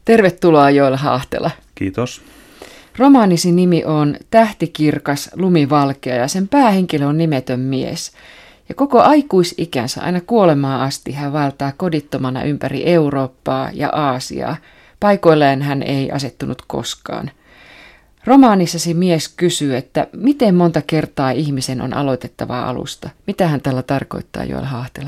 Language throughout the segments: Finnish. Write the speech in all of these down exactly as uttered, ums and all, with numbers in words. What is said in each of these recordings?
Tervetuloa Joel Haahtela. Kiitos. Romaanisi nimi on Tähtikirkas, lumivalkea ja sen päähenkilö on nimetön mies. Ja koko aikuisikänsä aina kuolemaan asti hän vaeltaa kodittomana ympäri Eurooppaa ja Aasiaa. Paikoilleen hän ei asettunut koskaan. Romaanissasi mies kysyy, että miten monta kertaa ihmisen on aloitettava alusta. Mitä hän tällä tarkoittaa, Joel Haahtela?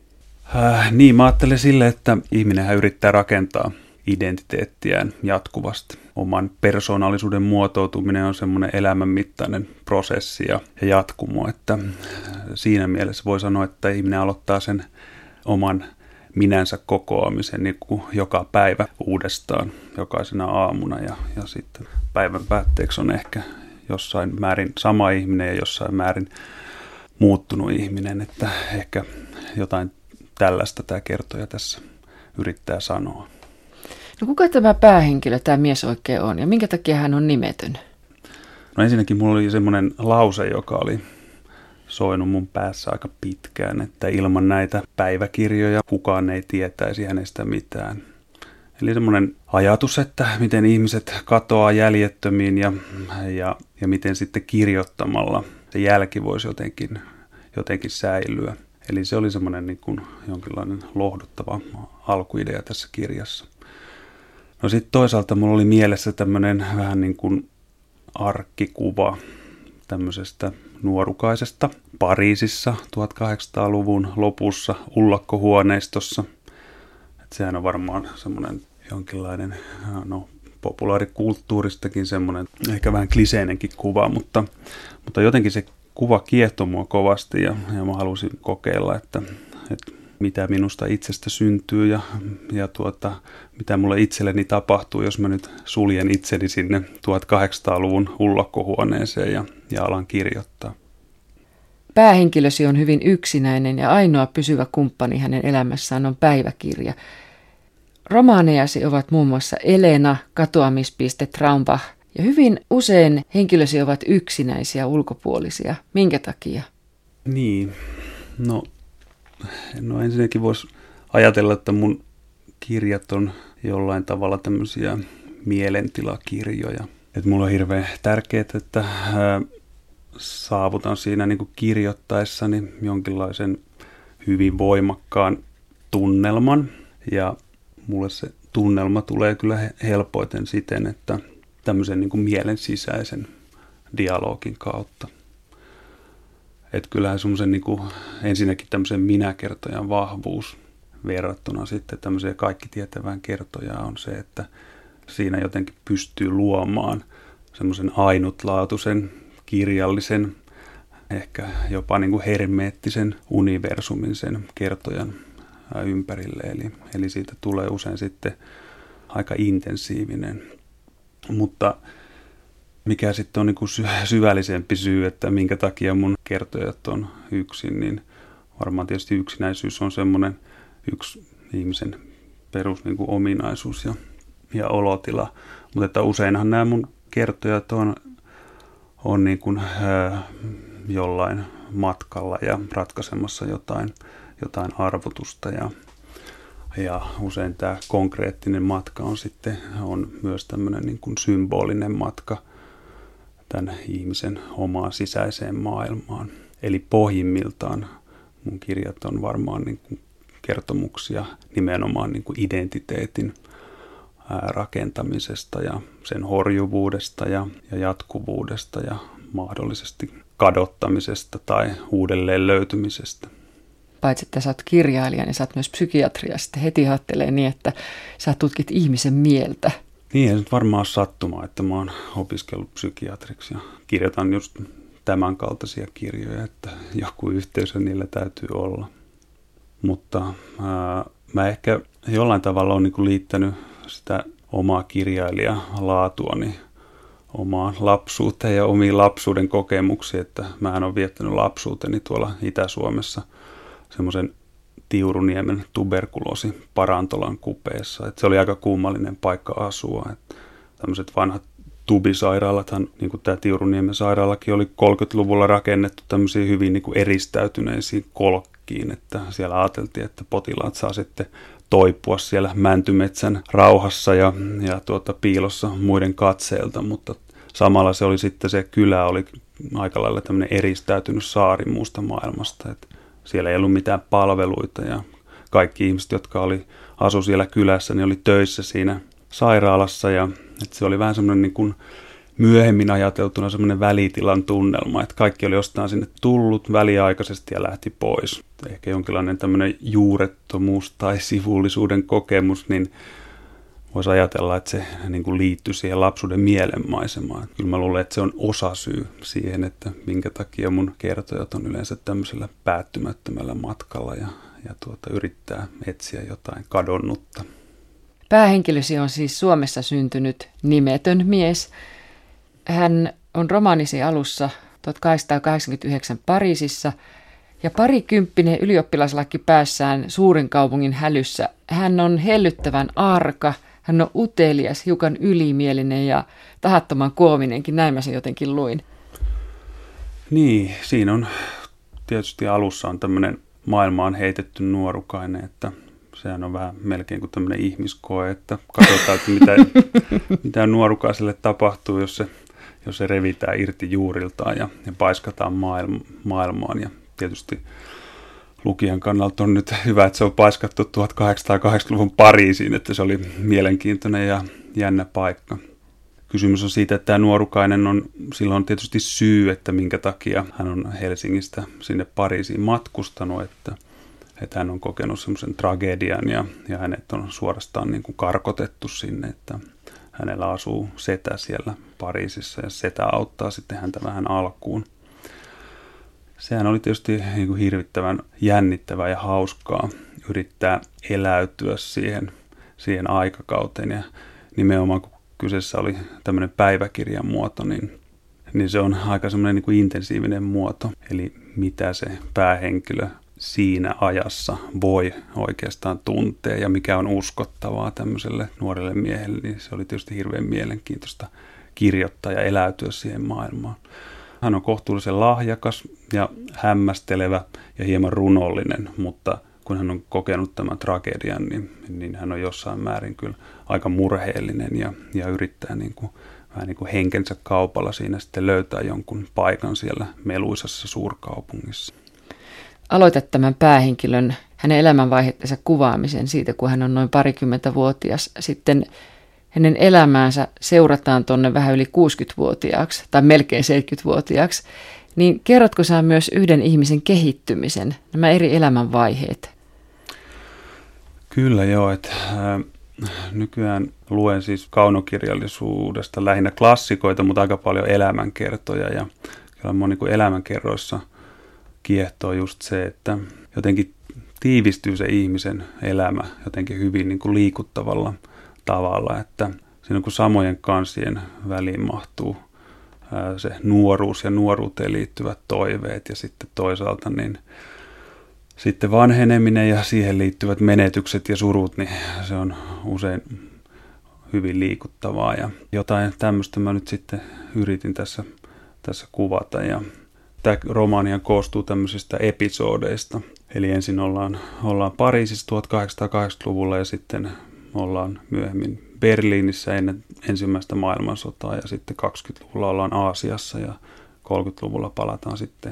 Äh, niin, mä ajattelen sille, että ihminenhän yrittää rakentaa identiteettiään jatkuvasti. Oman persoonallisuuden muotoutuminen on semmoinen elämänmittainen prosessi ja jatkumo, että siinä mielessä voi sanoa, että ihminen aloittaa sen oman minänsä kokoamisen niin kuin joka päivä uudestaan, jokaisena aamuna ja, ja sitten päivän päätteeksi on ehkä jossain määrin sama ihminen ja jossain määrin muuttunut ihminen, että ehkä jotain tällaista tämä kertoja tässä yrittää sanoa. No kuka tämä päähenkilö, tämä mies oikein on ja minkä takia hän on nimetön? No ensinnäkin mulla oli semmoinen lause, joka oli soinut mun päässä aika pitkään, että ilman näitä päiväkirjoja kukaan ei tietäisi hänestä mitään. Eli semmoinen ajatus, että miten ihmiset katoaa jäljettömiin ja, ja, ja miten sitten kirjoittamalla se jälki voisi jotenkin, jotenkin säilyä. Eli se oli semmoinen niin kuin jonkinlainen lohduttava alkuidea tässä kirjassa. No sitten toisaalta mulla oli mielessä tämmöinen vähän niin kuin arkkikuva tämmöisestä nuorukaisesta Pariisissa tuhatkahdeksansataaluvun lopussa ullakkohuoneistossa. Et sehän on varmaan semmoinen jonkinlainen, no populaarikulttuuristakin semmoinen ehkä vähän kliseinenkin kuva, mutta, mutta jotenkin se kuva kiehtoi mua kovasti ja, ja mä halusin kokeilla, että, että mitä minusta itsestä syntyy ja, ja tuota, mitä mulle itselleni tapahtuu, jos mä nyt suljen itseni sinne tuhatkahdeksansataaluvun ullakkohuoneeseen ja, ja alan kirjoittaa. Päähenkilösi on hyvin yksinäinen ja ainoa pysyvä kumppani hänen elämässään on päiväkirja. Romaanejasi ovat muun muassa Elena, Katoamispiste, Traumbach ja hyvin usein henkilösi ovat yksinäisiä ulkopuolisia. Minkä takia? Niin, no, no ensinnäkin voisi ajatella, että mun kirjat on jollain tavalla tämmöisiä mielentilakirjoja. Että mulla on hirveän tärkeää, että ää, saavutan siinä niin kuin kirjoittaessani jonkinlaisen hyvin voimakkaan tunnelman. Ja mulle se tunnelma tulee kyllä helpoiten siten, että tämmöisen niin kuin mielen sisäisen dialogin kautta. Että kyllähän semmoisen niin kuin ensinnäkin tämmöisen minäkertojan vahvuus verrattuna sitten tämmöiseen kaikki tietävään kertojaan on se, että siinä jotenkin pystyy luomaan semmoisen ainutlaatuisen, kirjallisen, ehkä jopa niin kuin hermeettisen universumin sen kertojan ympärille. Eli, eli siitä tulee usein sitten aika intensiivinen. Mutta mikä sitten on niin kuin syvällisempi syy, että minkä takia mun kertojat on yksin, niin varmaan tietysti yksinäisyys on semmoinen yksi ihmisen perus niin kuin ominaisuus ja, ja olotila. Mutta että useinhan nämä mun kertojat on, on niin kuin, äh, jollain matkalla ja ratkaisemassa jotain, jotain arvotusta ja Ja usein tämä konkreettinen matka on sitten on myös tämmöinen niin kuin symbolinen matka tämän ihmisen omaan sisäiseen maailmaan. Eli pohjimmiltaan mun kirjat on varmaan niin kuin kertomuksia nimenomaan niin kuin identiteetin rakentamisesta ja sen horjuvuudesta ja, ja jatkuvuudesta ja mahdollisesti kadottamisesta tai uudelleen löytymisestä. Paitsi että sä oot kirjailija, niin sä oot myös psykiatria. Sitten heti ajattelee niin, että sä tutkit ihmisen mieltä. Niin, ei nyt varmaan ole sattumaa, että mä oon opiskellut psykiatriksi ja kirjoitan just tämän kaltaisia kirjoja, että joku yhteisö niillä täytyy olla. Mutta ää, mä ehkä jollain tavalla on niinku liittänyt sitä omaa kirjailijalaatuani omaan lapsuuteen ja omiin lapsuuden kokemuksiin, että mähän olen viettänyt lapsuuteni tuolla Itä-Suomessa semmoisen Tiuruniemen tuberkuloosi parantolan kupeessa. Että se oli aika kummallinen paikka asua. Että tämmöiset vanhat tubisairaalathan, niin kuin tämä Tiuruniemen sairaalakin, oli kolmekymmentäluvulla rakennettu tämmöisiin hyvin niin kuin eristäytyneisiin kolkkiin. Että siellä ajateltiin, että potilaat saa sitten toipua siellä mäntymetsän rauhassa ja, ja tuota, piilossa muiden katseelta, mutta samalla se oli sitten se kylä oli aika lailla tämmöinen eristäytynyt saari muusta maailmasta, että siellä ei ollut mitään palveluita ja kaikki ihmiset, jotka oli, asu siellä kylässä, niin oli töissä siinä sairaalassa ja että se oli vähän semmoinen niin kuin myöhemmin ajateltuna semmoinen välitilan tunnelma, että kaikki oli jostain sinne tullut väliaikaisesti ja lähti pois. Ehkä jonkinlainen tämmöinen juurettomuus tai sivullisuuden kokemus, niin voisi ajatella, että se niin kuin liittyy siihen lapsuuden mielenmaisemaan. Kyllä mä luulen, että se on osasyy siihen, että minkä takia mun kertojat on yleensä tämmöisellä päättymättömällä matkalla ja, ja tuota, yrittää etsiä jotain kadonnutta. Päähenkilösi on siis Suomessa syntynyt nimetön mies. Hän on romaanisi alussa tuhatkahdeksansataakahdeksankymmentäyhdeksän Pariisissa ja parikymppinen ylioppilaslakki päässään suuren kaupungin hälyssä. Hän on hellyttävän arka, hän on utelias, hiukan ylimielinen ja tahattoman koominenkin, näin mä sen jotenkin luin. Niin, siinä on tietysti alussa on tämmöinen maailmaan heitetty nuorukainen, että sehän on vähän melkein kuin tämmöinen ihmiskoe, että katsotaan, että mitä, mitä nuorukaiselle tapahtuu, jos se, jos se revitään irti juuriltaan ja, ja paiskataan maailma, maailmaan. Ja tietysti lukijan kannalta on nyt hyvä, että se on paiskattu tuhatkahdeksansataakahdeksankymmentäluvun Pariisiin, että se oli mielenkiintoinen ja jännä paikka. Kysymys on siitä, että tämä nuorukainen on, sillä on tietysti syy, että minkä takia hän on Helsingistä sinne Pariisiin matkustanut, että että hän on kokenut semmoisen tragedian ja, ja hänet on suorastaan niin kuin karkotettu sinne, että hänellä asuu setä siellä Pariisissa ja setä auttaa sitten häntä vähän alkuun. Sehän oli tietysti niin kuin hirvittävän jännittävää ja hauskaa yrittää eläytyä siihen, siihen aikakauteen ja nimenomaan kun kyseessä oli tämmöinen päiväkirjan muoto, niin, niin se on aika semmoinen niin kuin intensiivinen muoto, eli mitä se päähenkilö siinä ajassa voi oikeastaan tuntea ja mikä on uskottavaa tämmöiselle nuorelle miehelle, niin se oli tietysti hirveän mielenkiintoista kirjoittaa ja eläytyä siihen maailmaan. Hän on kohtuullisen lahjakas ja hämmästelevä ja hieman runollinen, mutta kun hän on kokenut tämän tragedian, niin, niin hän on jossain määrin kyllä aika murheellinen ja, ja yrittää niin kuin, vähän niin kuin henkensä kaupalla siinä sitten löytää jonkun paikan siellä meluisassa suurkaupungissa. Aloitat tämän päähenkilön, hänen elämänvaiheittensa kuvaamisen siitä, kun hän on noin parikymmentävuotias. Sitten hänen elämäänsä seurataan tuonne vähän yli kuusikymmentävuotiaaksi tai melkein seitsemänkymmentävuotiaaksi. Niin kerrotko sä myös yhden ihmisen kehittymisen, nämä eri elämänvaiheet? Kyllä joo, että äh, nykyään luen siis kaunokirjallisuudesta lähinnä klassikoita, mutta aika paljon elämänkertoja ja kyllä moni kuin elämänkerroissa kiehtoo just se, että jotenkin tiivistyy se ihmisen elämä jotenkin hyvin niin kuin liikuttavalla tavalla, että siinä kun samojen kansien väliin mahtuu ää, se nuoruus ja nuoruuteen liittyvät toiveet ja sitten toisaalta niin sitten vanheneminen ja siihen liittyvät menetykset ja surut, niin se on usein hyvin liikuttavaa ja jotain tämmöistä mä nyt sitten yritin tässä, tässä kuvata ja tämä romaania koostuu tämmöisistä episodeista. Eli ensin ollaan, ollaan Pariisissa tuhatkahdeksansataakahdeksankymmentäluvulla ja sitten ollaan myöhemmin Berliinissä ennen ensimmäistä maailmansotaa ja sitten kaksikymmentäluvulla ollaan Aasiassa ja kolmekymmentäluvulla palataan sitten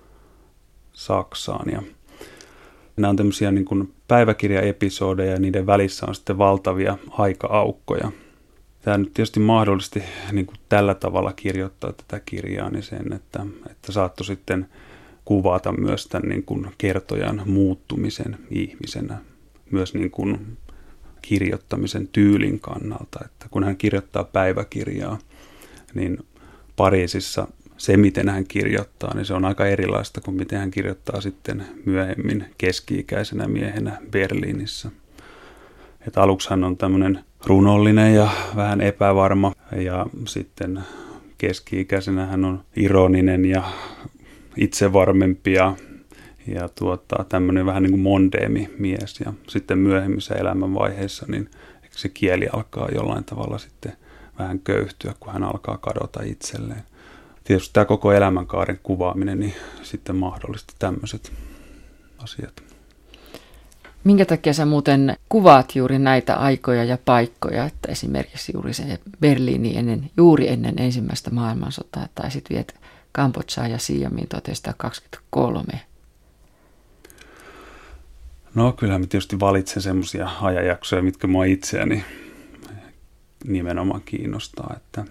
Saksaan. Ja nämä on tämmöisiä niin kuin päiväkirjaepisodeja ja niiden välissä on sitten valtavia aika-aukkoja. Tämä nyt tietysti mahdollisesti niin kuin tällä tavalla kirjoittaa tätä kirjaa, niin sen, että, että saattoi sitten kuvata myös tämän niin kuin kertojan muuttumisen ihmisenä, myös niin kuin kirjoittamisen tyylin kannalta. Että kun hän kirjoittaa päiväkirjaa, niin Pariisissa se, miten hän kirjoittaa, niin se on aika erilaista kuin miten hän kirjoittaa sitten myöhemmin keski-ikäisenä miehenä Berliinissä. Että aluksi hän on tämmöinen runollinen ja vähän epävarma ja sitten keski-ikäisenä hän on ironinen ja itsevarmempi ja, ja tuota, tämmöinen vähän niin kuin mondeemi mies. Ja sitten myöhemmissä elämänvaiheissa niin se kieli alkaa jollain tavalla sitten vähän köyhtyä, kun hän alkaa kadota itselleen. Tietysti tämä koko elämänkaaren kuvaaminen niin sitten mahdollisti tämmöiset asiat. Minkä takia sä muuten kuvaat juuri näitä aikoja ja paikkoja, että esimerkiksi juuri se Berliini ennen, juuri ennen ensimmäistä maailmansotaa, tai sitten viet Kambodžaan ja Siamiin tuhatyhdeksänsataakaksikymmentäkolme? No kyllähän mä tietysti valitsen semmoisia ajanjaksoja, mitkä mua itseäni nimenomaan kiinnostaa, että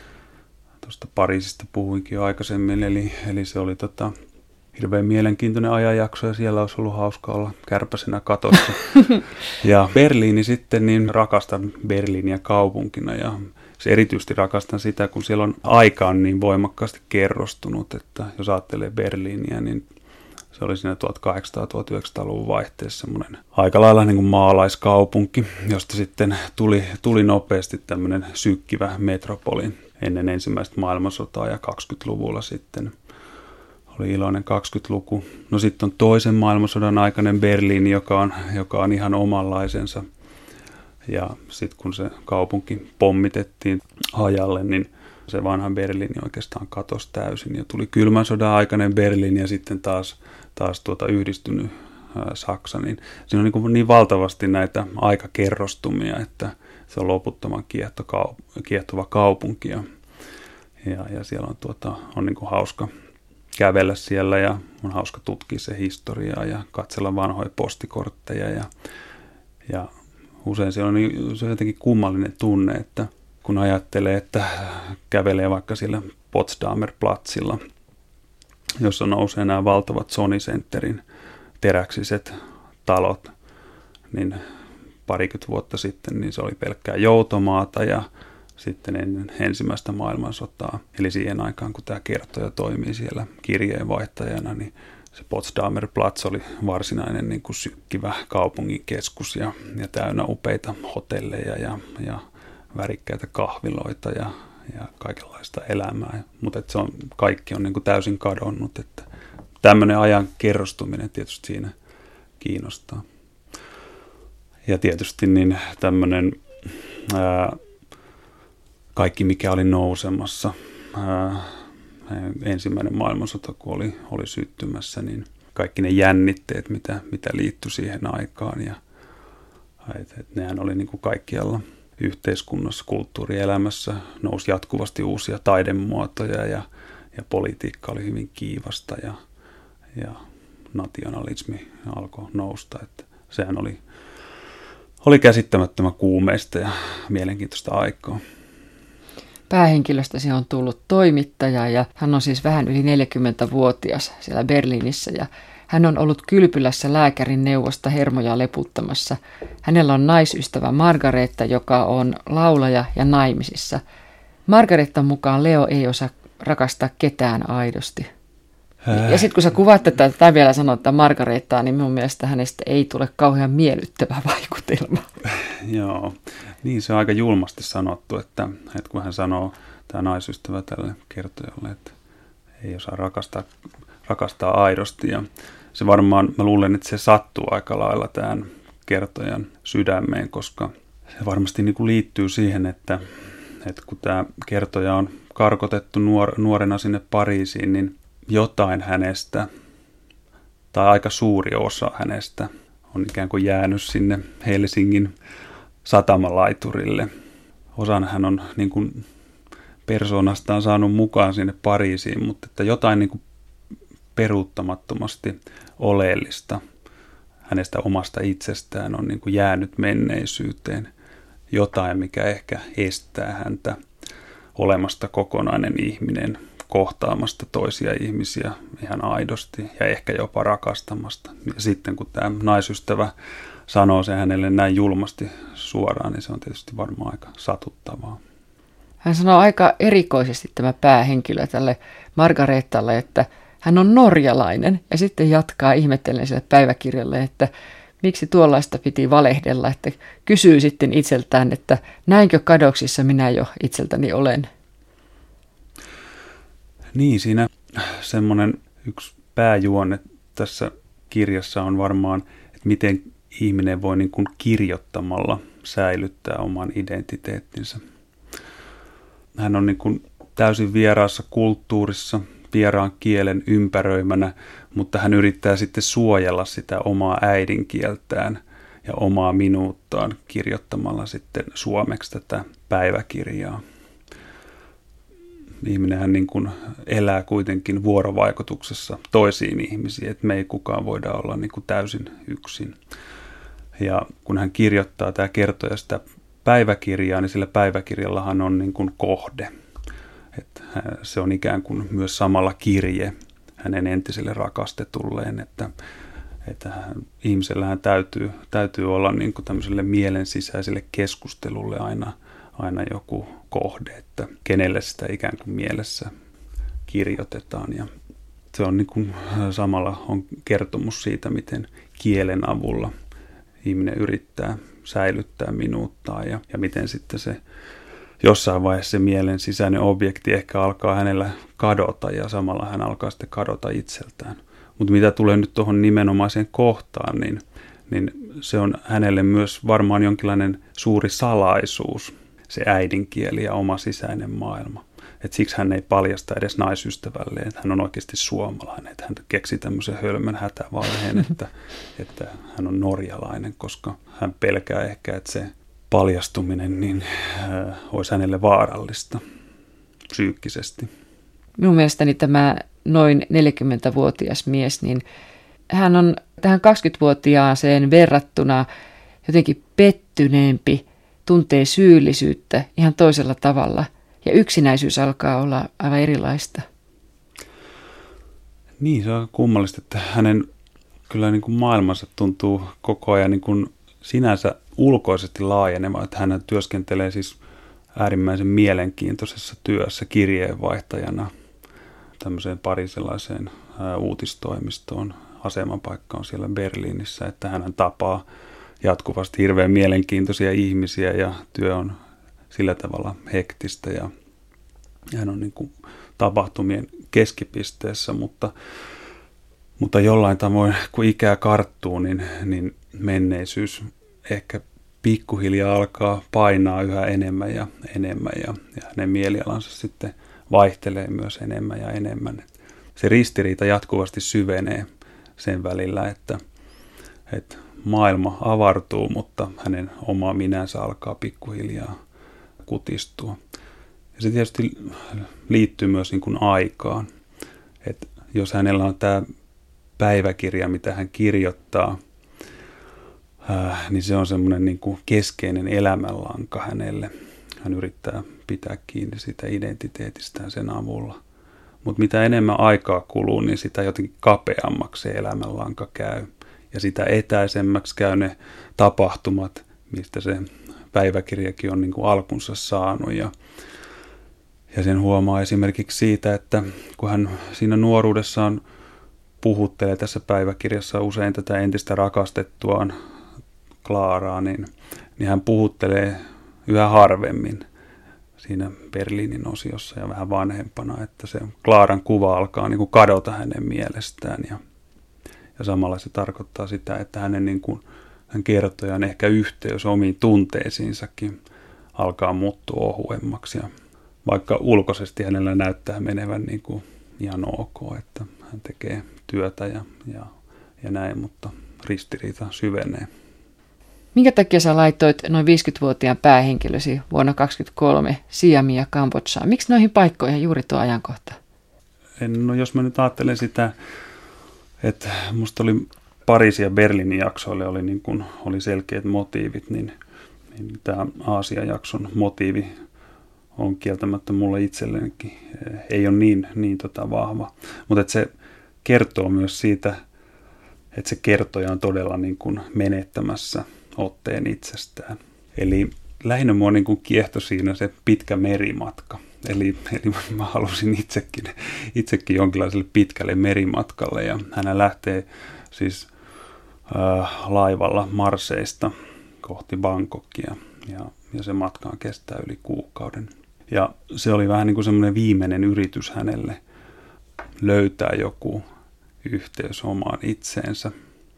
tuosta Pariisista puhuinkin jo aikaisemmin, eli, eli se oli tota, hirveän mielenkiintoinen ajanjakso ja siellä olisi ollut hauska olla kärpäsenä katossa. Ja Berliini sitten, niin rakastan Berliiniä kaupunkina ja se erityisesti rakastan sitä, kun siellä on aika on niin voimakkaasti kerrostunut, että jos ajattelee Berliiniä, niin se oli siinä tuhatkahdeksansataa-tuhatyhdeksänsataaluvun vaihteessa semmoinen aika lailla niin kuin maalaiskaupunki, josta sitten tuli, tuli nopeasti tämmöinen sykkivä metropoli ennen ensimmäistä maailmansotaa ja kaksikymmentäluvulla sitten oli iloinen kaksikymmentäluku. No sitten on toisen maailmansodan aikainen Berliini, joka on, joka on ihan omanlaisensa. Ja sitten kun se kaupunki pommitettiin hajalle, niin se vanha Berliini oikeastaan katosi täysin. Ja tuli kylmän sodan aikainen Berliini ja sitten taas, taas tuota yhdistynyt ää, Saksa. Niin siinä on niin, kuin niin valtavasti näitä aikakerrostumia, että se on loputtoman kiehtova kaupunki. Ja, ja, ja siellä on, tuota, on niin kuin hauska kävellä siellä ja on hauska tutkia se historiaa ja katsella vanhoja postikortteja. Ja, ja usein se on, niin, se on jotenkin kummallinen tunne, että kun ajattelee, että kävelee vaikka sillä Potsdamer Platzilla, jossa nousee nämä valtavat Sony Centerin teräksiset talot, niin parikymmentä vuotta sitten niin se oli pelkkää joutomaata ja sitten ennen ensimmäistä maailmansotaa, eli siihen aikaan kun tämä kertoja toimii siellä kirjeenvaihtajana, niin se Potsdamer Platz oli varsinainen niin kuin sykkivä kaupungin keskus ja, ja täynnä upeita hotelleja ja, ja värikkäitä kahviloita ja, ja kaikenlaista elämää. Mutta se on, kaikki on niin kuin täysin kadonnut. Että tämmöinen ajan kerrostuminen tietysti siinä kiinnostaa. Ja tietysti niin tämmöinen ää, kaikki, mikä oli nousemassa, ää, ensimmäinen maailmansota, kun oli, oli syttymässä, niin kaikki ne jännitteet, mitä, mitä liittyi siihen aikaan. Ja, et, et nehän oli niin kuin kaikkialla yhteiskunnassa, kulttuurielämässä, nousi jatkuvasti uusia taidemuotoja ja, ja politiikka oli hyvin kiivasta ja, ja nationalismi alkoi nousta. Että sehän oli, oli käsittämättömän kuumeista ja mielenkiintoista aikaa. Päähenkilöstäsi on tullut toimittaja ja hän on siis vähän yli neljäkymmentävuotias siellä Berliinissä ja hän on ollut kylpylässä lääkärin neuvosta hermoja leputtamassa. Hänellä on naisystävä Margareta, joka on laulaja ja naimisissa. Margaretan mukaan Leo ei osaa rakastaa ketään aidosti. Ää... Ja sitten kun sä kuvaat tätä, tai vielä sanot että Margaretaa, niin minun mielestä hänestä ei tule kauhean miellyttävä vaikutelma. Joo, niin se on aika julmasti sanottu, että, että kun hän sanoo, tämä naisystävä tälle kertojalle, että ei osaa rakastaa, rakastaa aidosti. Ja se varmaan, mä luulen, että se sattuu aika lailla tämän kertojan sydämeen, koska se varmasti niin kuin liittyy siihen, että, että kun tämä kertoja on karkotettu nuor, nuorena sinne Pariisiin, niin jotain hänestä, tai aika suuri osa hänestä, on ikään kuin jäänyt sinne Helsingin satamalaiturille. Osan hän on niin kuin persoonastaan saanut mukaan sinne Pariisiin, mutta että jotain niin kuin peruuttamattomasti oleellista hänestä omasta itsestään on niin kuin jäänyt menneisyyteen. Jotain, mikä ehkä estää häntä olemasta kokonainen ihminen, kohtaamasta toisia ihmisiä ihan aidosti ja ehkä jopa rakastamasta. Ja sitten kun tämä naisystävä sanoo se hänelle näin julmasti suoraan, niin se on tietysti varmaan aika satuttavaa. Hän sanoo aika erikoisesti tämä päähenkilö tälle Margaretalle, että hän on norjalainen ja sitten jatkaa ihmettellen sille päiväkirjalle, että miksi tuollaista piti valehdella, että kysyy sitten itseltään, että näinkö kadoksissa minä jo itseltäni olen. Niin, siinä semmoinen yksi pääjuonne tässä kirjassa on varmaan, että miten ihminen voi niin kuin kirjoittamalla säilyttää oman identiteettinsä. Hän on niin kuin täysin vieraassa kulttuurissa, vieraan kielen ympäröimänä, mutta hän yrittää sitten suojella sitä omaa äidinkieltään ja omaa minuuttaan kirjoittamalla sitten suomeksi tätä päiväkirjaa. Ihminenhän niin kuin elää kuitenkin vuorovaikutuksessa toisiin ihmisiin, että me ei kukaan voida olla niin kuin täysin yksin. Ja kun hän kirjoittaa tämä kertoja sitä päiväkirjaa, niin sillä päiväkirjallahan on niin kuin kohde. Että se on ikään kuin myös samalla kirje hänen entiselle rakastetulleen, että, että ihmisellähän täytyy, täytyy olla niin kuin tämmöiselle mielen sisäiselle keskustelulle aina, aina joku kohde, että kenelle sitä ikään kuin mielessä kirjoitetaan. Ja se on niin kuin samalla on kertomus siitä, miten kielen avulla ihminen yrittää säilyttää minuuttaa ja, ja miten sitten se jossain vaiheessa se mielen sisäinen objekti ehkä alkaa hänellä kadota ja samalla hän alkaa sitten kadota itseltään. Mutta mitä tulee nyt tuohon nimenomaiseen kohtaan, niin, niin se on hänelle myös varmaan jonkinlainen suuri salaisuus, se äidinkieli ja oma sisäinen maailma. Et siksi hän ei paljasta edes naisystävälle, että hän on oikeasti suomalainen. Että hän keksi tämmöisen hölmön hätävalheen, että, että hän on norjalainen, koska hän pelkää ehkä, että se paljastuminen niin, äh, olisi hänelle vaarallista psyykkisesti. Minun mielestäni tämä noin neljäkymmentävuotias mies, niin hän on tähän kaksikymmentävuotiaaseen verrattuna jotenkin pettyneempi, tuntee syyllisyyttä ihan toisella tavalla ja yksinäisyys alkaa olla aivan erilaista. Niin, se on kummallista, että hänen kyllä niin kuin maailmansa tuntuu koko ajan niin kuin sinänsä ulkoisesti laajeneva, että hän työskentelee siis äärimmäisen mielenkiintoisessa työssä kirjeenvaihtajana tämmöiseen pariselaiseen uutistoimistoon. Asemapaikka on siellä Berliinissä, että hän tapaa jatkuvasti hirveän mielenkiintoisia ihmisiä ja työ on sillä tavalla hektistä ja hän on niin kuin tapahtumien keskipisteessä, mutta, mutta jollain tavoin kun ikää karttuu, niin, niin menneisyys ehkä pikkuhiljaa alkaa painaa yhä enemmän ja enemmän ja, ja hänen mielialansa sitten vaihtelee myös enemmän ja enemmän. Se ristiriita jatkuvasti syvenee sen välillä, että, että maailma avartuu, mutta hänen oma minänsä alkaa pikkuhiljaa kutistua. Ja se tietysti liittyy myös niin kuin aikaan. Että jos hänellä on tämä päiväkirja, mitä hän kirjoittaa, ää, niin se on semmoinen niin kuin keskeinen elämänlanka hänelle. Hän yrittää pitää kiinni siitä identiteetistään sen avulla. Mutta mitä enemmän aikaa kuluu, niin sitä jotenkin kapeammaksi se elämänlanka käy. Ja sitä etäisemmäksi käy ne tapahtumat, mistä se päiväkirjakin on niin kuin alkunsa saanut. Ja, ja sen huomaa esimerkiksi siitä, että kun hän siinä nuoruudessaan puhuttelee tässä päiväkirjassa usein tätä entistä rakastettuaan Klaaraa, niin, niin hän puhuttelee yhä harvemmin siinä Berliinin osiossa ja vähän vanhempana, että se Klaaran kuva alkaa niin kuin kadota hänen mielestään. Ja, ja samalla se tarkoittaa sitä, että hänen niin kuin, hän kertojan ehkä yhteys omiin tunteisiinsakin alkaa muuttua ohuemmaksi. Ja vaikka ulkoisesti hänellä näyttää menevän niin kuin ihan ok, että hän tekee työtä ja, ja, ja näin, mutta ristiriita syvenee. Minkä takia sä laittoit noin viisikymmentävuotiaan päähenkilösi vuonna kaksikymmentäkolme Siamiin ja Kambodžaan? Miksi noihin paikkoihin juuri tuo ajankohta? No jos mä nyt ajattelen sitä, että musta oli Pariisin ja Berliinin jaksoille oli, niin kuin, oli selkeät motiivit, niin, niin tämä Aasian jakson motiivi on kieltämättä mulle itsellenikin. Ei ole niin, niin tota vahva, mutta että se kertoo myös siitä, että se kertoja on todella niin kuin menettämässä otteen itsestään. Eli lähinnä mua niin kuin kiehtoi siinä se pitkä merimatka. Eli, eli mä halusin itsekin, itsekin jonkinlaiselle pitkälle merimatkalle ja hän lähtee siis äh, laivalla Marseista kohti Bangkokia ja, ja se matkaan kestää yli kuukauden. Ja se oli vähän niin kuin semmoinen viimeinen yritys hänelle löytää joku yhteys omaan itseensä.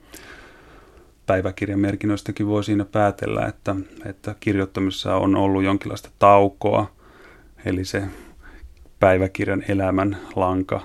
Päiväkirjan merkinnöistäkin voi siinä päätellä, että, että kirjoittamisessa on ollut jonkinlaista taukoa, eli se päiväkirjan elämän lanka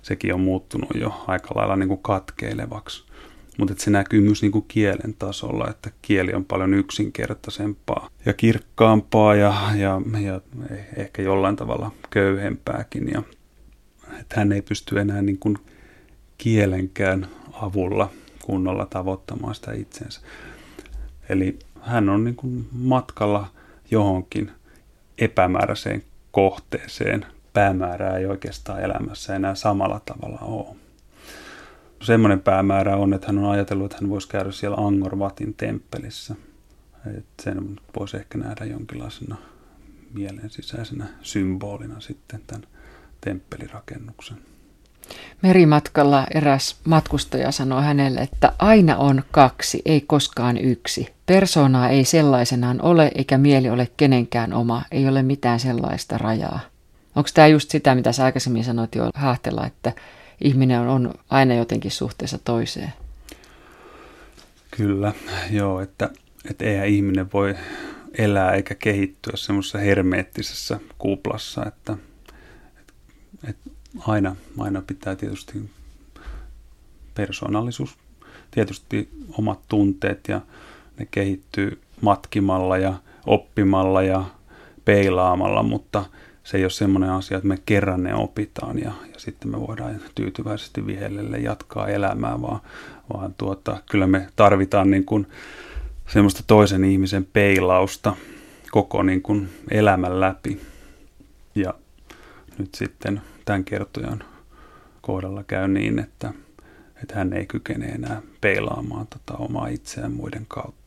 sekin on muuttunut jo aika lailla niin kuin katkeilevaksi. Mutta se näkyy myös niin kuin kielen tasolla, että kieli on paljon yksinkertaisempaa ja kirkkaampaa ja, ja, ja ehkä jollain tavalla köyhempääkin. Ja, että hän ei pysty enää niin kuin kielenkään avulla kunnolla tavoittamaan sitä itsensä. Eli hän on niin kuin matkalla johonkin epämääräiseen kohteeseen. Päämäärää ei oikeastaan elämässä enää samalla tavalla ole. Semmoinen päämäärä on, että hän on ajatellut, että hän voisi käydä siellä Angkor Watin temppelissä. Että sen voisi ehkä nähdä jonkinlaisena mielen sisäisenä symbolina sitten tämän temppelirakennuksen. Merimatkalla eräs matkustaja sanoi hänelle, että aina on kaksi, ei koskaan yksi. Persoonaa ei sellaisenaan ole, eikä mieli ole kenenkään oma, ei ole mitään sellaista rajaa. Onko tämä just sitä, mitä sä aikaisemmin sanoit jo Haahtela, että ihminen on aina jotenkin suhteessa toiseen? Kyllä, joo, että, että eihän ihminen voi elää eikä kehittyä semmoisessa hermeettisessä kuplassa, että, että, että aina, aina pitää tietysti persoonallisuus, tietysti omat tunteet ja ne kehittyy matkimalla ja oppimalla ja peilaamalla, mutta se ei ole semmoinen asia, että me kerran ne opitaan ja, ja sitten me voidaan tyytyväisesti vihellelle jatkaa elämää, vaan, vaan tuota, kyllä me tarvitaan niin kuin semmoista toisen ihmisen peilausta koko niin kuin elämän läpi. Ja nyt sitten tämän kertojan kohdalla käy niin, että, että hän ei kykene enää peilaamaan tota omaa itseään muiden kautta.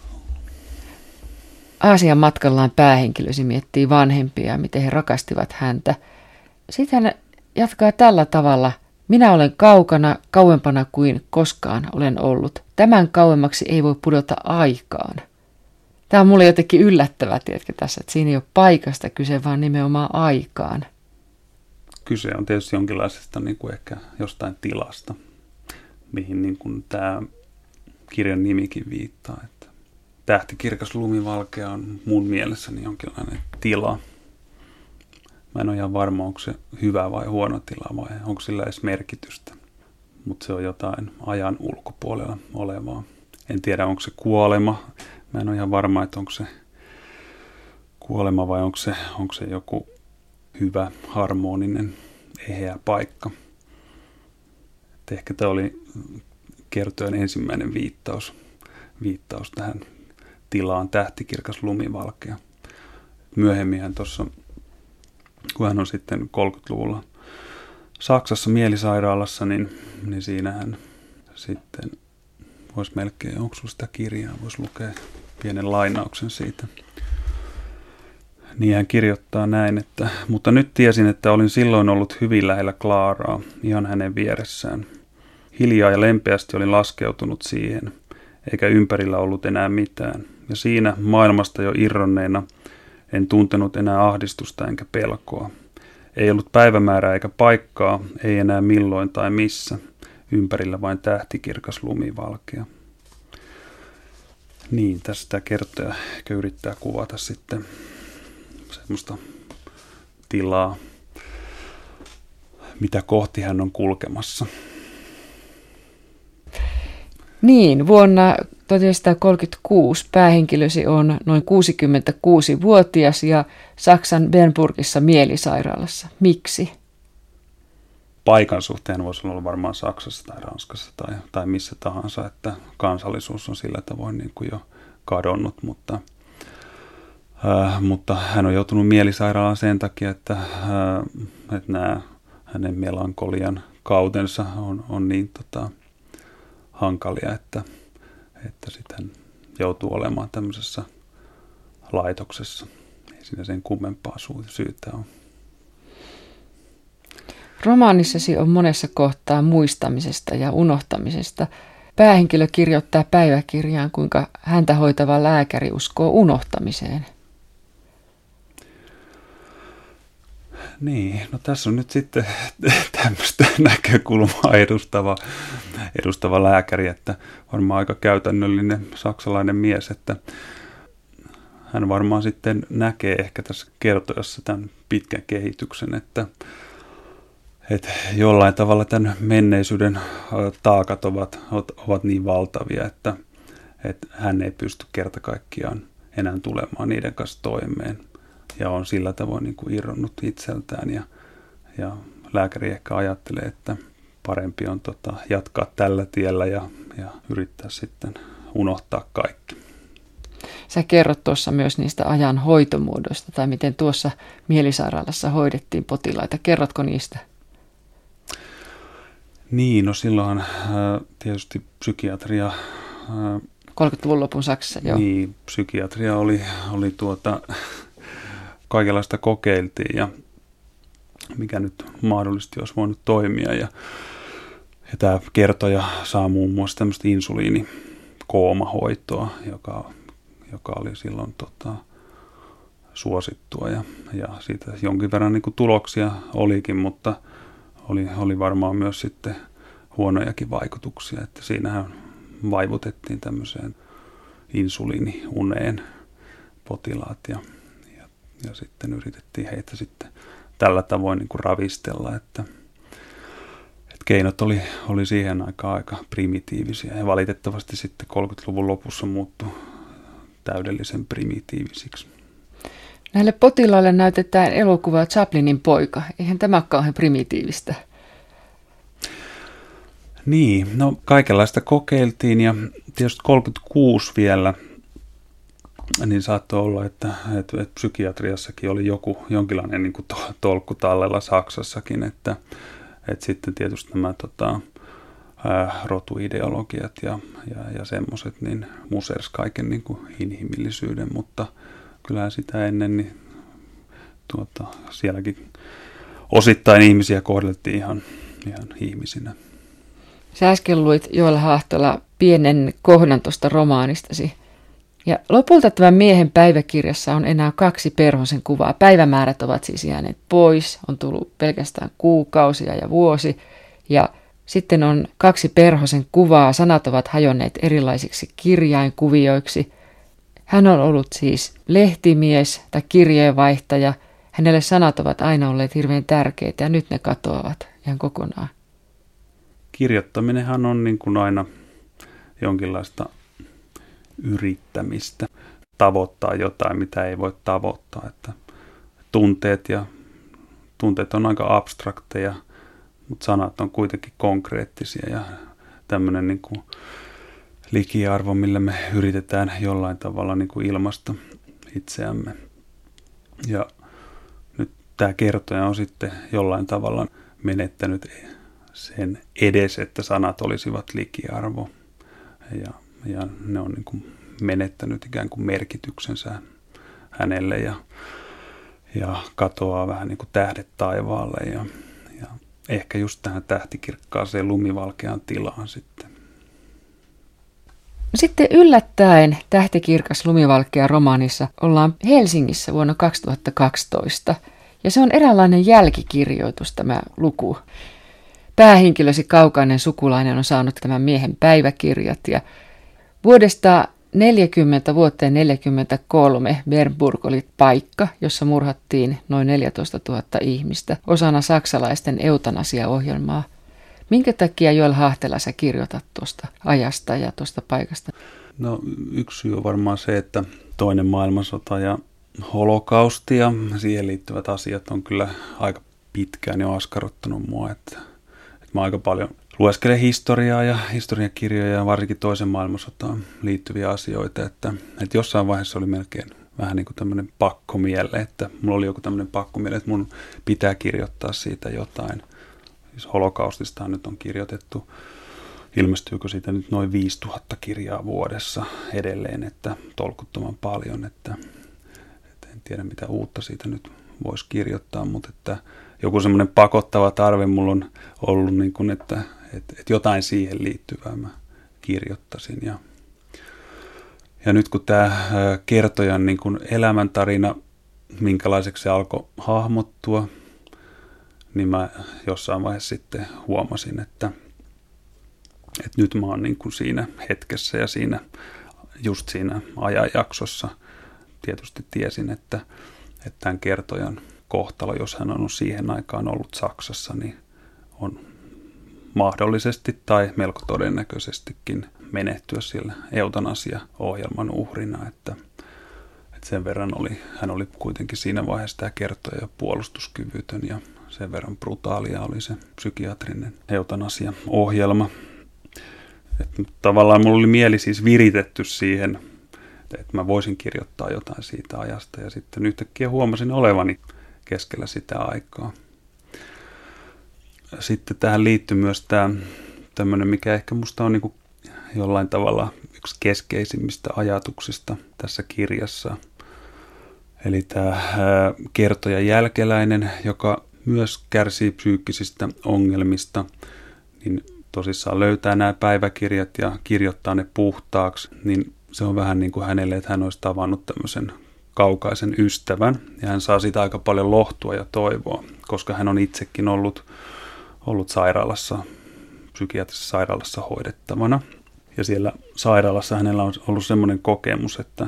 Aasian matkallaan päähenkilösi miettii vanhempia, miten he rakastivat häntä. Sitten hän jatkaa tällä tavalla. Minä olen kaukana, kauempana kuin koskaan olen ollut. Tämän kauemmaksi ei voi pudota aikaan. Tämä on mulle jotenkin yllättävää, tiedätkö, tässä, että siinä ei ole paikasta kyse, vaan nimenomaan aikaan. Kyse on tietysti jonkinlaisesta niin kuin ehkä jostain tilasta, mihin niin kuin tämä kirjan nimikin viittaa. Että tähtikirkas lumivalkea on mun mielessäni jonkinlainen tila. Mä en ole ihan varma, onko se hyvä vai huono tila vai onko sillä edes merkitystä. Mutta se on jotain ajan ulkopuolella olevaa. En tiedä, onko se kuolema. Mä en ole ihan varma, että onko se kuolema vai onko se, onko se joku hyvä, harmoninen, eheä paikka. Et ehkä tämä oli kertojan ensimmäinen viittaus, viittaus tähän tilaan tähtikirkas lumivalkea. Myöhemmin tuossa, kun hän on sitten kolmekymmentäluvulla Saksassa mielisairaalassa, niin, niin siinähän sitten voisi melkein, onko sinulla sitä kirjaa, voisi lukea pienen lainauksen siitä. Niin hän kirjoittaa näin, että mutta nyt tiesin, että olin silloin ollut hyvin lähellä Klaaraa, ihan hänen vieressään. Hiljaa ja lempeästi olin laskeutunut siihen, eikä ympärillä ollut enää mitään. Ja siinä maailmasta jo irronneena en tuntenut enää ahdistusta enkä pelkoa. Ei ollut päivämäärää eikä paikkaa, ei enää milloin tai missä. Ympärillä vain tähtikirkas lumivalkea. Niin, tästä kertoja yrittää kuvata sitten semmoista tilaa, mitä kohti hän on kulkemassa. Niin, vuonna tuhatyhdeksänsataakolmekymmentäkuusi päähenkilösi on noin kuusikymmentäkuusivuotias ja Saksan Bernburgissa mielisairaalassa. Miksi? Paikan suhteen voisi olla varmaan Saksassa tai Ranskassa tai, tai missä tahansa, että kansallisuus on sillä tavoin niin kuin jo kadonnut, mutta, äh, mutta hän on joutunut mielisairaalaan sen takia, että, äh, että nämä hänen melankolian kautensa on, on niin tota, hankalia, että, että sitten joutuu olemaan tämmöisessä laitoksessa. Ei siinä sen kummempaa syytä ole. Romaanissasi on monessa kohtaa muistamisesta ja unohtamisesta. Päähenkilö kirjoittaa päiväkirjaan, kuinka häntä hoitava lääkäri uskoo unohtamiseen. Niin, no tässä on nyt sitten tämmöistä näkökulmaa edustava, edustava lääkäri, että varmaan aika käytännöllinen saksalainen mies, että hän varmaan sitten näkee ehkä tässä kertojassa tämän pitkän kehityksen, että että jollain tavalla tämän menneisyyden taakat ovat, ovat niin valtavia, että, että hän ei pysty kerta kaikkiaan enää tulemaan niiden kanssa toimeen. Ja on sillä tavoin niin kuin irronnut itseltään ja, ja lääkäri ehkä ajattelee, että parempi on tota, jatkaa tällä tiellä ja, ja yrittää sitten unohtaa kaikki. Sä kerrot tuossa myös niistä ajan hoitomuodoista tai miten tuossa mielisairaalassa hoidettiin potilaita. Kerrotko niistä? Niin, no silloinhan äh, tietysti psykiatria... Äh, kolmekymmentäluvun lopun Saksassa, joo. Niin, psykiatria oli, oli tuota, kaikenlaista kokeiltiin ja mikä nyt mahdollisesti olisi voinut toimia. Ja, ja tämä kertoja saa muun muassa tämmöistä insuliinikoomahoitoa, joka, joka oli silloin tota, suosittua ja, ja siitä jonkin verran niin kuin tuloksia olikin, mutta oli, oli varmaan myös sitten huonojakin vaikutuksia, että siinähän vaivutettiin tämmöiseen insuliiniuneen potilaat ja, ja, ja sitten yritettiin heitä sitten tällä tavoin niin kuin ravistella, että, että keinot oli, oli siihen aikaan aika primitiivisiä ja valitettavasti sitten kolmekymmentäluvun lopussa muuttui täydellisen primitiivisiksi. Näille potilaille näytetään elokuvaa Chaplinin poika. Eihän tämä ole kauhean primitiivistä. Niin, no kaikenlaista kokeiltiin ja tietysti kolmekymmentäkuusi vielä, niin saattoi olla, että, että, että psykiatriassakin oli joku jonkinlainen niin kuin to, tolkku tallella Saksassakin, että, että sitten tietysti nämä tota, ää, rotuideologiat ja, ja, ja semmoiset niin musers kaiken niin kuin inhimillisyyden, mutta kyllähän sitä ennen niin tuota, sielläkin osittain ihmisiä kohdeltiin ihan, ihan ihmisinä. Sä äsken luit Joel Hahtola pienen kohdan tuosta romaanistasi. Ja lopulta tämän miehen päiväkirjassa on enää kaksi perhosen kuvaa. Päivämäärät ovat siis jääneet pois, on tullut pelkästään kuukausia ja vuosi. Ja sitten on kaksi perhosen kuvaa, sanat ovat hajonneet erilaisiksi kirjainkuvioiksi. Hän on ollut siis lehtimies tai kirjeenvaihtaja. Hänelle sanat ovat aina olleet hirveän tärkeitä ja nyt ne katoavat ihan kokonaan. Kirjoittaminenhan on niin kuin aina jonkinlaista yrittämistä, tavoittaa jotain, mitä ei voi tavoittaa. Että tunteet, ja, tunteet on aika abstrakteja, mutta sanat on kuitenkin konkreettisia ja tämmöinen niin kuin likiarvo, millä me yritetään jollain tavalla niin kuin ilmaista itseämme. Ja nyt tämä kertoja on sitten jollain tavalla menettänyt sen edes, että sanat olisivat likiarvo. Ja, ja ne on niin kuin menettänyt ikään kuin merkityksensä hänelle ja, ja katoaa vähän niin kuin tähdet taivaalle ja, ja ehkä just tähän tähtikirkkaaseen lumivalkeaan tilaan sitten. Sitten yllättäen tähtikirkas lumivalkea romaanissa ollaan Helsingissä vuonna kaksituhattakaksitoista ja se on eräänlainen jälkikirjoitus tämä luku. Päähenkilösi kaukainen sukulainen on saanut tämän miehen päiväkirjat ja vuodesta neljäkymmentä vuoteen neljäkymmentäkolme Bernburg oli paikka, jossa murhattiin noin neljätoistatuhatta ihmistä osana saksalaisten eutanasiaohjelmaa. Minkä takia Joel Hahtela sä kirjoitat tuosta ajasta ja tuosta paikasta? No yksi syy on varmaan se, että toinen maailmansota ja holokausti ja siihen liittyvät asiat on kyllä aika pitkään jo askarruttanut mua, että mä aika paljon lueskelen historiaa ja historiakirjoja ja varsinkin toisen maailmansotaan liittyviä asioita, että, että jossain vaiheessa oli melkein vähän niin kuin tämmöinen pakkomielle, että mulla oli joku tämmöinen pakkomielle, että mun pitää kirjoittaa siitä jotain. Siis holokaustistahan nyt on kirjoitettu, ilmestyykö siitä nyt noin viisituhatta kirjaa vuodessa edelleen, että tolkuttoman paljon, että, että en tiedä mitä uutta siitä nyt voisi kirjoittaa, mutta että joku semmoinen pakottava tarve mulla on ollut, niin kuin, että, että, että jotain siihen liittyvää mä kirjoittaisin. Ja, ja nyt kun tämä kertojan niin kuin elämäntarina, minkälaiseksi se alkoi hahmottua, niin mä jossain vaiheessa sitten huomasin, että, että nyt mä oon niin kuin siinä hetkessä ja siinä, just siinä ajanjaksossa. Tietysti tiesin, että, että tämän kertojan kohtalo, jos hän on siihen aikaan ollut Saksassa, niin on mahdollisesti tai melko todennäköisestikin menehtyä siellä eutanasia-ohjelman uhrina, että, että sen verran oli, hän oli kuitenkin siinä vaiheessa tämä kertoja puolustuskyvytön ja sen verran brutaalia oli se psykiatrinen eutanasia-ohjelma. Että tavallaan mulla oli mieli siis viritetty siihen, että mä voisin kirjoittaa jotain siitä ajasta ja sitten yhtäkkiä huomasin olevani keskellä sitä aikaa. Sitten tähän liittyy myös tämä tämmöinen, mikä ehkä musta on niin kuin jollain tavalla yksi keskeisimmistä ajatuksista tässä kirjassa. Eli tämä kertoja jälkeläinen, joka myös kärsii psyykkisistä ongelmista, niin tosissaan löytää nämä päiväkirjat ja kirjoittaa ne puhtaaksi, niin se on vähän niin kuin hänelle, että hän olisi tavannut tämmöisen kaukaisen ystävän, ja hän saa siitä aika paljon lohtua ja toivoa, koska hän on itsekin ollut, ollut sairaalassa, psykiatrisessa sairaalassa hoidettavana. Ja siellä sairaalassa hänellä on ollut semmoinen kokemus, että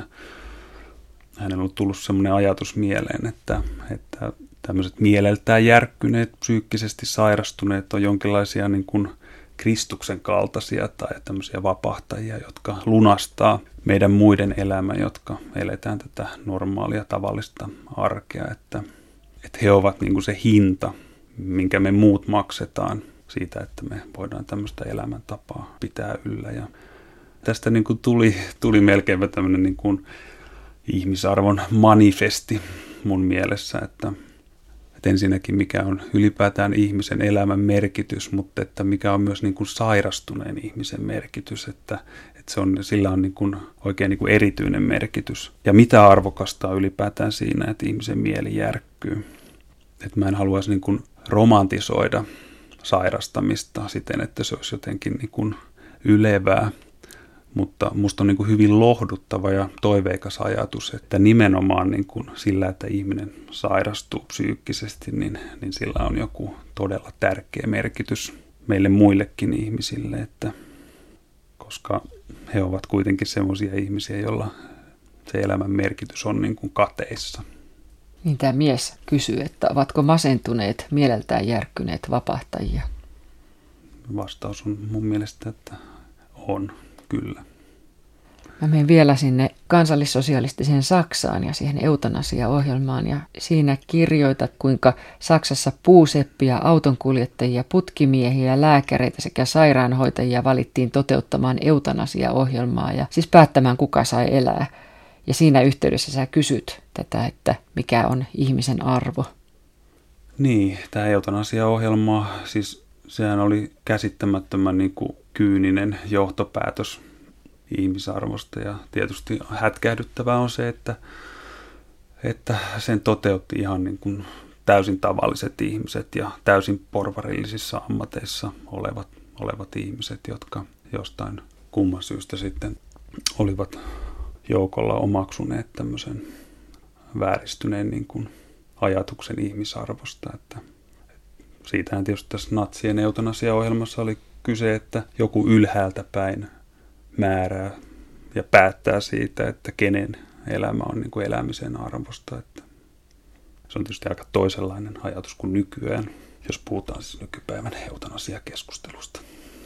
hänellä on tullut semmoinen ajatus mieleen, että, että tämmöiset mieleltään järkkyneet, psyykkisesti sairastuneet on jonkinlaisia niin kuin Kristuksen kaltaisia tai tämmöisiä vapahtajia, jotka lunastaa meidän muiden elämän, jotka eletään tätä normaalia tavallista arkea, että, että he ovat niin kuin se hinta, minkä me muut maksetaan siitä, että me voidaan tämmöistä elämäntapaa pitää yllä. Ja tästä niin kuin tuli, tuli melkeinpä tämmöinen niin kuin ihmisarvon manifesti mun mielessä, että että ensinnäkin mikä on ylipäätään ihmisen elämän merkitys, mutta että mikä on myös niin kuin sairastuneen ihmisen merkitys, että, että se on, sillä on niin kuin oikein niin kuin erityinen merkitys. Ja mitä arvokasta on ylipäätään siinä, että ihmisen mieli järkkyy. Että mä en haluaisi niin kuin romantisoida sairastamista siten, että se olisi jotenkin niin kuin ylevää. Mutta musta on niin kuin hyvin lohduttava ja toiveikas ajatus, että nimenomaan niin kuin sillä, että ihminen sairastuu psyykkisesti, niin, niin sillä on joku todella tärkeä merkitys meille muillekin ihmisille, että, koska he ovat kuitenkin sellaisia ihmisiä, joilla se elämän merkitys on niin kuin kateissa. Niin tämä mies kysyy, että ovatko masentuneet, mieleltään järkkyneet vapahtajia? Vastaus on mun mielestä, että on. Kyllä. Mä menen vielä sinne kansallissosialistiseen Saksaan ja siihen eutanasia-ohjelmaan ja siinä kirjoitat, kuinka Saksassa puuseppiä, autonkuljettajia, putkimiehiä, lääkäreitä sekä sairaanhoitajia valittiin toteuttamaan eutanasia-ohjelmaa ja siis päättämään, kuka sai elää. Ja siinä yhteydessä sä kysyt tätä, että mikä on ihmisen arvo. Niin, tämä eutanasia-ohjelma, siis sehän oli käsittämättömän niin kuin kyyninen johtopäätös ihmisarvosta ja tietysti hätkähdyttävää on se, että, että sen toteutti ihan niin kuin täysin tavalliset ihmiset ja täysin porvarillisissa ammateissa olevat, olevat ihmiset, jotka jostain kumman syystä sitten olivat joukolla omaksuneet tämmöisen vääristyneen niin kuin ajatuksen ihmisarvosta. Että siitähän tietysti tässä natsien eutanasia-ohjelmassa oli kyse, että joku ylhäältä päin määrää ja päättää siitä, että kenen elämä on niin kuin elämisen arvosta. Että se on tietysti aika toisenlainen ajatus kuin nykyään, jos puhutaan siis nykypäivän eutanasiakeskustelusta.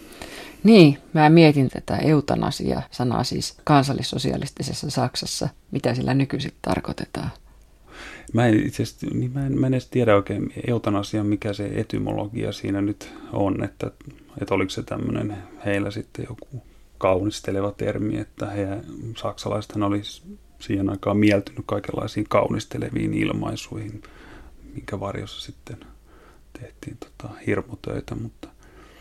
Niin, mä mietin tätä eutanasia-sanaa siis kansallissosialistisessa Saksassa. Mitä sillä nykyisin tarkoitetaan? Mä en itse asiassa, niin mä en, mä en edes tiedä oikein eutanasia, mikä se etymologia siinä nyt on, että, että oliko se tämmöinen heillä sitten joku kaunisteleva termi, että he, saksalaisethan olisi siihen aikaan mieltynyt kaikenlaisiin kaunisteleviin ilmaisuihin, minkä varjossa sitten tehtiin tota hirmutöitä, mutta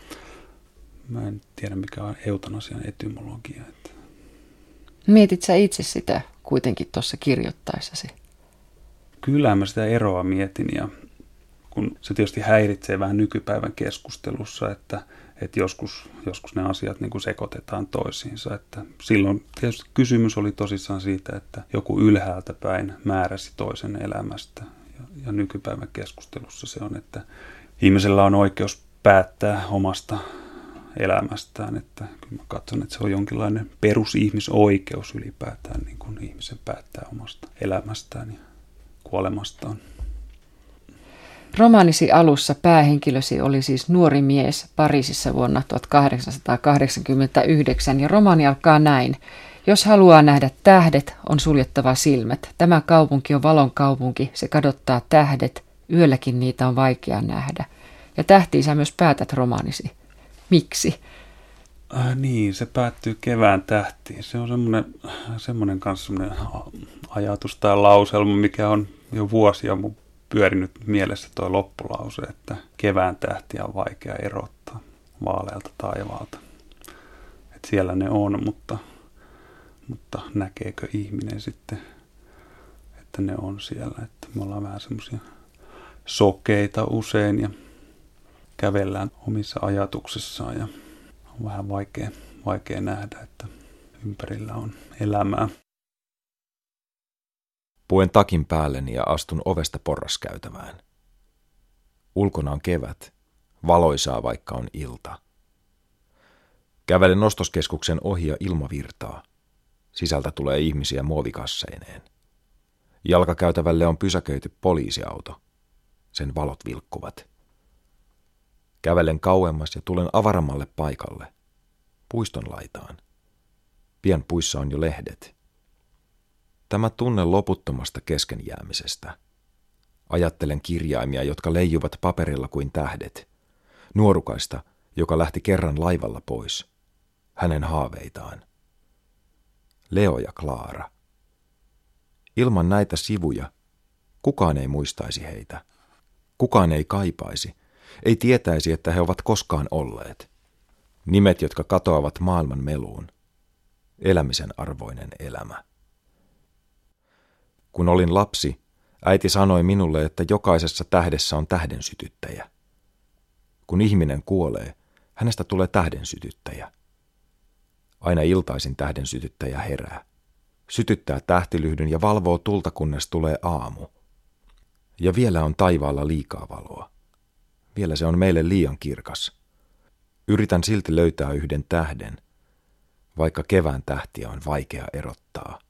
mä en tiedä mikä on eutanasian etymologia. Että. Mietit sä itse sitä kuitenkin tuossa kirjoittaessasi? Kyllä mä sitä eroa mietin ja kun se tietysti häiritsee vähän nykypäivän keskustelussa, että, että joskus, joskus ne asiat niin kuin sekoitetaan toisiinsa. Että silloin tietysti kysymys oli tosissaan siitä, että joku ylhäältä päin määräsi toisen elämästä. Ja, ja nykypäivän keskustelussa se on, että ihmisellä on oikeus päättää omasta elämästään. Että kyllä mä katson, että se on jonkinlainen perusihmisoikeus ylipäätään niin kuin ihmisen päättää omasta elämästään ja kuolemastaan. Romaanisi alussa päähenkilösi oli siis nuori mies Pariisissa vuonna tuhatkahdeksansataakahdeksankymmentäyhdeksän ja romaani alkaa näin. Jos haluaa nähdä tähdet, on suljettava silmät. Tämä kaupunki on valon kaupunki, se kadottaa tähdet, yölläkin niitä on vaikea nähdä. Ja tähtiin sä myös päätät romaanisi. Miksi? Äh, niin, se päättyy kevään tähtiin. Se on semmoinen, semmoinen kanssa semmoinen ajatus tai lauselma, mikä on jo vuosia mun pyörinyt mielessä tuo loppulause, että kevään tähtiä on vaikea erottaa vaalealta taivaalta. Et siellä ne on, mutta, mutta näkeekö ihminen sitten, että ne on siellä. Että me ollaan vähän semmoisia sokeita usein ja kävellään omissa ajatuksissaan ja on vähän vaikea, vaikea nähdä, että ympärillä on elämää. Puen takin päälleni ja astun ovesta porraskäytävään. Ulkona on kevät, valoisaa vaikka on ilta. Kävelen ostoskeskuksen ohi ja ilma virtaa. Sisältä tulee ihmisiä muovikasseineen. Jalkakäytävälle on pysäköity poliisiauto. Sen valot vilkkuvat. Kävelen kauemmas ja tulen avarammalle paikalle. Puiston laitaan. Pian puissa on jo lehdet. Tämä tunne loputtomasta keskenjäämisestä. Ajattelen kirjaimia, jotka leijuvat paperilla kuin tähdet. Nuorukaista, joka lähti kerran laivalla pois. Hänen haaveitaan. Leo ja Klaara. Ilman näitä sivuja kukaan ei muistaisi heitä. Kukaan ei kaipaisi, ei tietäisi, että he ovat koskaan olleet. Nimet, jotka katoavat maailman meluun. Elämisen arvoinen elämä. Kun olin lapsi, äiti sanoi minulle, että jokaisessa tähdessä on tähdensytyttäjä. Kun ihminen kuolee, hänestä tulee tähdensytyttäjä. Aina iltaisin tähdensytyttäjä herää. Sytyttää tähtilyhdyn ja valvoo tulta, kunnes tulee aamu. Ja vielä on taivaalla liikaa valoa. Vielä se on meille liian kirkas. Yritän silti löytää yhden tähden, vaikka kevään tähtiä on vaikea erottaa.